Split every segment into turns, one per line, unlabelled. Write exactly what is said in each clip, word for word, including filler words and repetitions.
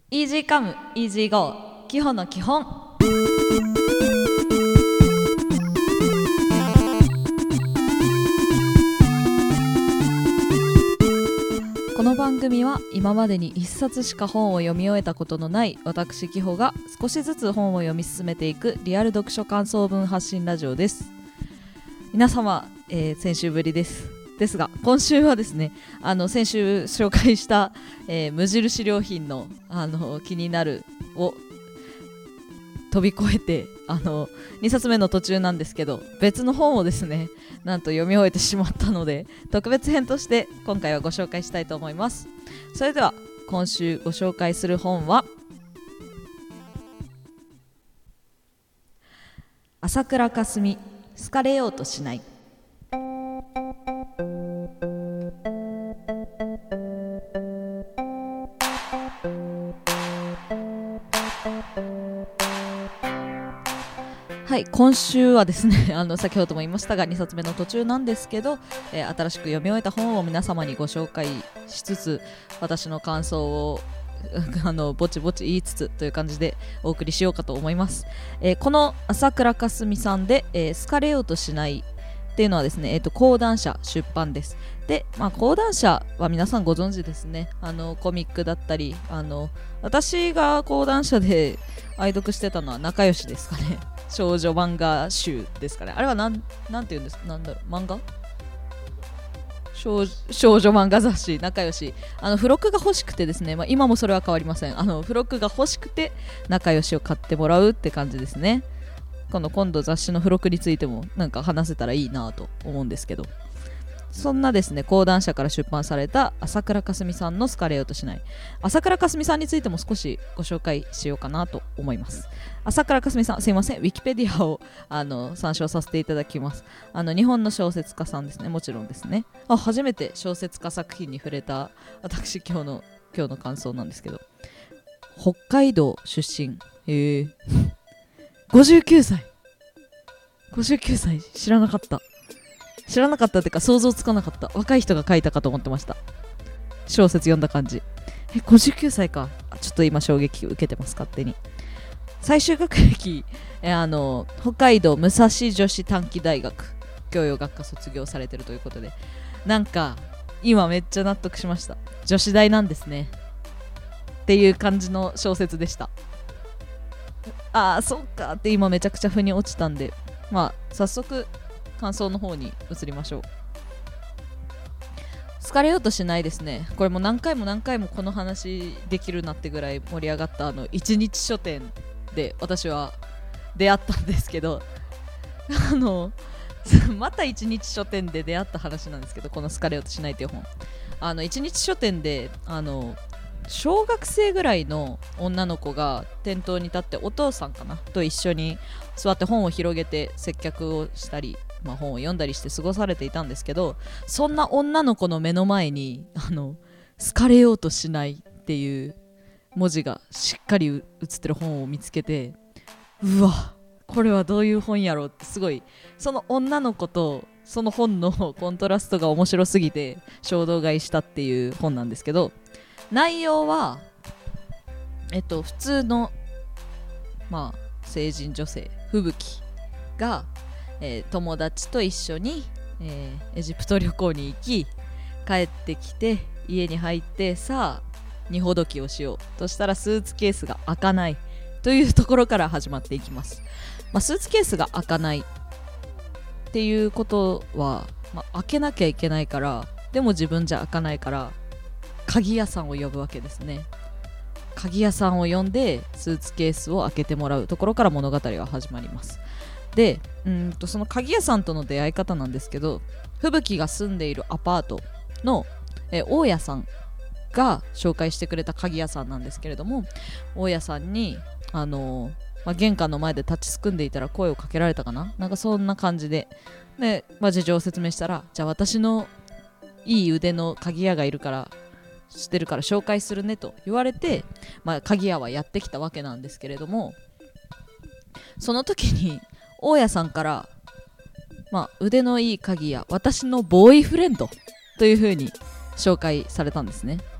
イージーカムイージーゴー基本の基本。この番組は今までに一冊しか本を読み終えたことのない私キホが少しずつ本を読み進めていくリアル読書感想文発信ラジオです。皆様、えー、先週ぶりですですが、今週はですね、あの先週紹介した、えー、無印良品の、あの気になるを飛び越えてあのにさつめの途中なんですけど、別の本をですねなんと読み終えてしまったので、特別編として今回はご紹介したいと思います。それでは今週ご紹介する本は朝倉かすみ、好かれようとしない。はい、今週はですねあの先ほども言いましたがにさつめの途中なんですけど、えー、新しく読み終えた本を皆様にご紹介しつつ、私の感想をあのぼちぼち言いつつという感じでお送りしようかと思います。えー、この朝倉かすみさんで、えー、好かれようとしないっていうのはですね、えーと、講談社出版です。で、まあ、講談社は皆さんご存知ですね。あのコミックだったり、あの私が講談社で愛読してたのは仲良しですかね。少女漫画集ですかね。あれはなんなんて言うんですか、なんだろう、漫画少, 少女漫画雑誌仲良し、あの付録が欲しくてですね、まあ、今もそれは変わりません。あの付録が欲しくて仲良しを買ってもらうって感じですね。この今度雑誌の付録についてもなんか話せたらいいなと思うんですけど、そんなですね講談社から出版された朝倉かすみさんの好かれようとしない。朝倉かすみさんについても少しご紹介しようかなと思います。朝倉かすみさん、すいません、ウィキペディアをあの参照させていただきます。あの日本の小説家さんですね。もちろんですね。あ、初めて小説家作品に触れた私今日の今日の感想なんですけど、北海道出身、へーごじゅうきゅうさいごじゅうきゅうさい、知らなかった知らなかったっていうか想像つかなかった。若い人が書いたかと思ってました。小説読んだ感じ。え、ごじゅうきゅうさいか。ちょっと今衝撃を受けてます、勝手に。最終学歴、えあの北海道武蔵女子短期大学教養学科卒業されてるということで、なんか今めっちゃ納得しました。女子大なんですねっていう感じの小説でした。あーそっかって今めちゃくちゃ腑に落ちたんで、まあ早速感想の方に移りましょう。好かれようとしないですね。これも何回も何回もこの話できるなってぐらい盛り上がったあの一日書店で私は出会ったんですけどあのまた一日書店で出会った話なんですけど、この好かれようとしないという本、あの一日書店であの小学生ぐらいの女の子が店頭に立ってお父さんかなと一緒に座って本を広げて接客をしたり、まあ、本を読んだりして過ごされていたんですけど、そんな女の子の目の前にあの好かれようとしないっていう文字がしっかり写ってる本を見つけて、うわこれはどういう本やろうって、すごいその女の子とその本のコントラストが面白すぎて衝動買いしたっていう本なんですけど、内容はえっと普通のまあ成人女性吹雪が、えー、友達と一緒に、えー、エジプト旅行に行き帰ってきて家に入って、さあ荷ほどきをしようとしたらスーツケースが開かないというところから始まっていきます。まあ、スーツケースが開かないっていうことは、まあ、開けなきゃいけないから、でも自分じゃ開かないから鍵屋さんを呼ぶわけですね。鍵屋さんを呼んでスーツケースを開けてもらうところから物語は始まります。で、うんとその鍵屋さんとの出会い方なんですけど、吹雪が住んでいるアパートのえ大家さんが紹介してくれた鍵屋さんなんですけれども、大家さんにあの、まあ、玄関の前で立ちすくんでいたら声をかけられたかな、なんかそんな感じで、で、まあ、事情を説明したら、じゃあ私のいい腕の鍵屋がいるから知ってるから紹介するねと言われて、まあ、鍵屋はやってきたわけなんですけれども、その時に大家さんから、まあ、腕のいい鍵屋私のボーイフレンドという風に紹介されたんですね。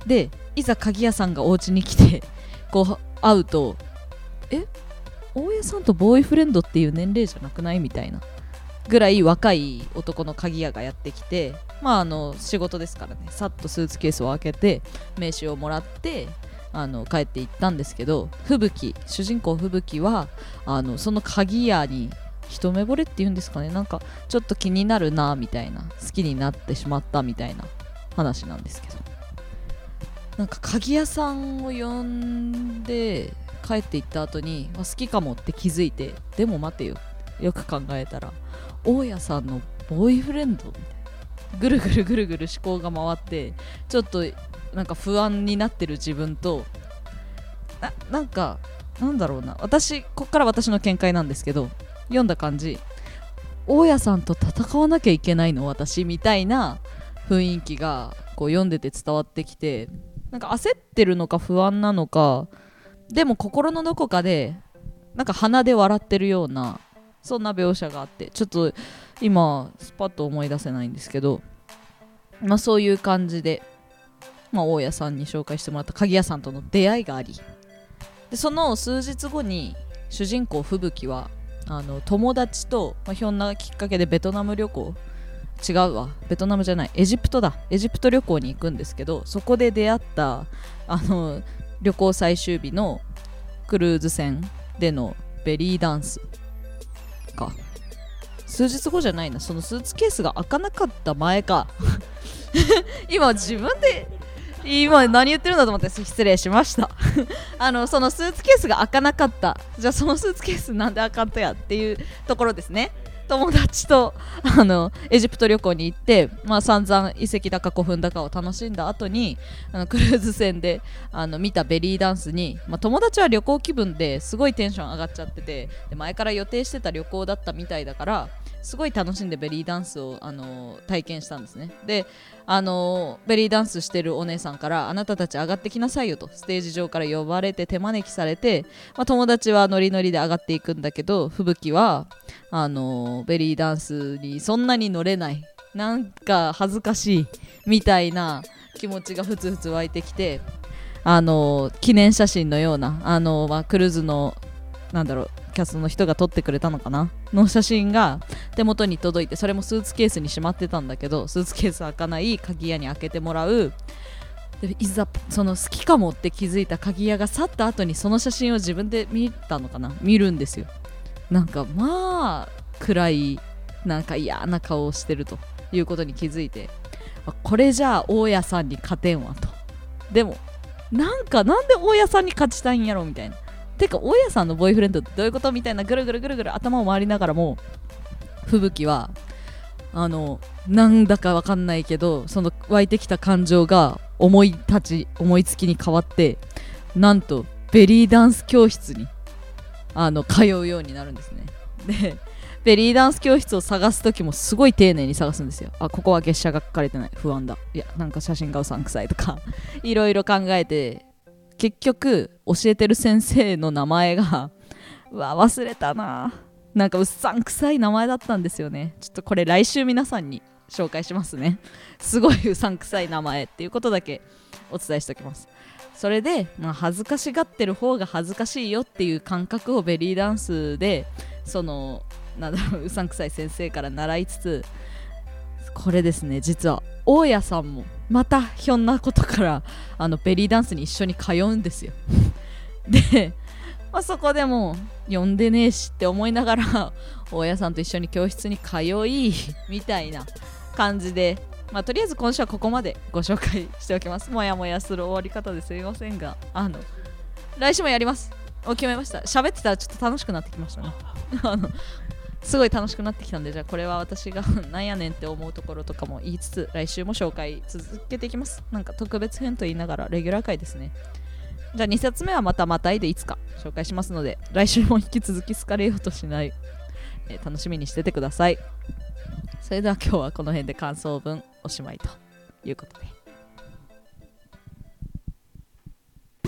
でいざ鍵屋さんがお家に来てこう会うと、え大家さんとボーイフレンドっていう年齢じゃなくないみたいなぐらい若い男の鍵屋がやってきて、まああの仕事ですからね、さっとスーツケースを開けて名刺をもらってあの帰っていったんですけど、吹雪主人公吹雪はあのその鍵屋に一目惚れっていうんですかね、なんかちょっと気になるなみたいな、好きになってしまったみたいな話なんですけど、なんか鍵屋さんを呼んで帰っていった後に、まあ、好きかもって気づいて、でも待てよ、よく考えたら大家さんのボーイフレンドみたいな、ぐるぐるぐるぐる思考が回って、ちょっとなんか不安になってる自分と、な, なんかなんだろうな、私こっから私の見解なんですけど、読んだ感じ、大家さんと戦わなきゃいけないの私みたいな雰囲気がこう読んでて伝わってきて、なんか焦ってるのか不安なのか、でも心のどこかでなんか鼻で笑ってるような、そんな描写があって、ちょっと今スパッと思い出せないんですけど、まあそういう感じで、まあ、大家さんに紹介してもらった鍵屋さんとの出会いがあり、でその数日後に主人公吹雪はあの友達と、まあ、ひょんなきっかけでベトナム旅行、違うわベトナムじゃない、エジプトだ、エジプト旅行に行くんですけど、そこで出会ったあの旅行最終日のクルーズ船でのベリーダンスか、数日後じゃないな、そのスーツケースが開かなかった前か今自分で今何言ってるんだと思って失礼しましたあのそのスーツケースが開かなかった、じゃあそのスーツケースなんで開かんとやっていうところですね。友達とあのエジプト旅行に行って、まあ、散々遺跡だか古墳だかを楽しんだ後に、あのクルーズ船であの見たベリーダンスに、まあ、友達は旅行気分ですごいテンション上がっちゃってて、で前から予定してた旅行だったみたいだから、すごい楽しんでベリーダンスを、あの体験したんですね。で、あのベリーダンスしてるお姉さんから、あなたたち上がってきなさいよとステージ上から呼ばれて手招きされて、まあ、友達はノリノリで上がっていくんだけど、吹雪はあのベリーダンスにそんなに乗れない、なんか恥ずかしいみたいな気持ちがふつふつ湧いてきて、あの記念写真のような、あの、まあ、クルーズのなんだろうキャストの人が撮ってくれたのかなの写真が手元に届いて、それもスーツケースにしまってたんだけど、スーツケース開かない鍵屋に開けてもらう。でいざその好きかもって気づいた鍵屋が去った後に、その写真を自分で見たのかな見るんですよ。なんかまあ暗い、なんか嫌な顔をしてるということに気づいて、これじゃあ大家さんに勝てんわと。でもなんかなんで大家さんに勝ちたいんやろみたいな、てか大家さんのボーイフレンドってどういうことみたいな、ぐるぐるぐるぐる頭を回りながらも、吹雪はあのなんだかわかんないけど、その湧いてきた感情が思い立ち思いつきに変わって、なんとベリーダンス教室にあの通うようになるんですね。でベリーダンス教室を探す時もすごい丁寧に探すんですよ。あ、ここは月謝が書かれてない、不安だ、いやなんか写真がうさんくさいとかいろいろ考えて、結局教えてる先生の名前がうわ忘れたな、なんかうさんくさい名前だったんですよね。ちょっとこれ来週皆さんに紹介しますね。すごいうさんくさい名前っていうことだけお伝えしておきます。それで、まあ、恥ずかしがってる方が恥ずかしいよっていう感覚をベリーダンスでそのなんだろううさんくさい先生から習いつつ、これですね、実は大家さんもまたひょんなことからあのベリーダンスに一緒に通うんですよで、まあ、そこでも呼んでねえしって思いながら大家さんと一緒に教室に通いみたいな感じで、まあ、とりあえず今週はここまでご紹介しておきます。もやもやする終わり方ですいませんが、あの来週もやります。お決めました。喋ってたらちょっと楽しくなってきましたねあのすごい楽しくなってきたんで、じゃあこれは私がなんやねんって思うところとかも言いつつ、来週も紹介続けていきます。なんか特別編と言いながらレギュラー回ですね。じゃあにさつめはまたまたいでいつか紹介しますので、来週も引き続き好かれようとしない、えー、楽しみにしててください。それでは今日はこの辺で感想文おしまいということで、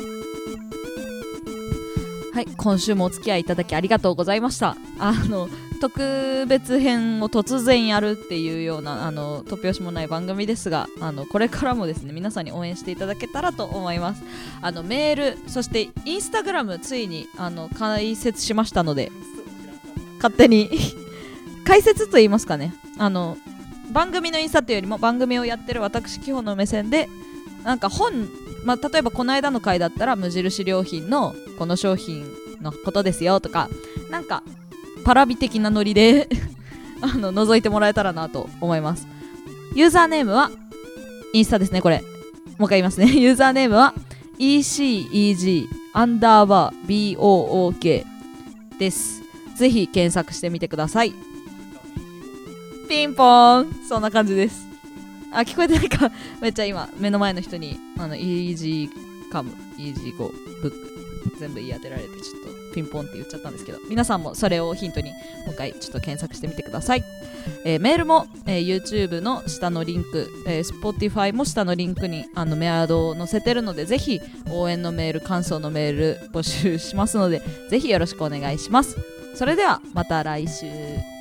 はい、今週もお付き合いいただきありがとうございました。あの特別編を突然やるっていうようなあの突拍子もない番組ですが、あのこれからもですね皆さんに応援していただけたらと思います。あのメール、そしてインスタグラムついにあの開設しましたので、勝手に解説と言いますかね、あの番組のインスタというよりも番組をやってる私キホの目線で、なんか本、まあ、例えばこの間の回だったら無印良品のこの商品のことですよとか、なんかパラビ的なノリであの覗いてもらえたらなと思います。ユーザーネームはインスタですね。これもう一回言いますね。ユーザーネームは イーシーイージー アンダーバー ビーオーオーケー です。ぜひ検索してみてください。ピンポーン、そんな感じです。あ、聞こえてないか。めっちゃ今目の前の人にあのイージーカム、イージーゴブック全部言い当てられてちょっとピンポンって言っちゃったんですけど、皆さんもそれをヒントにもう一回ちょっと検索してみてください。えー、メールも、えー、YouTube の下のリンク、えー、Spotify も下のリンクにあのメアドを載せてるので、ぜひ応援のメール、感想のメール募集しますので、ぜひよろしくお願いします。それではまた来週。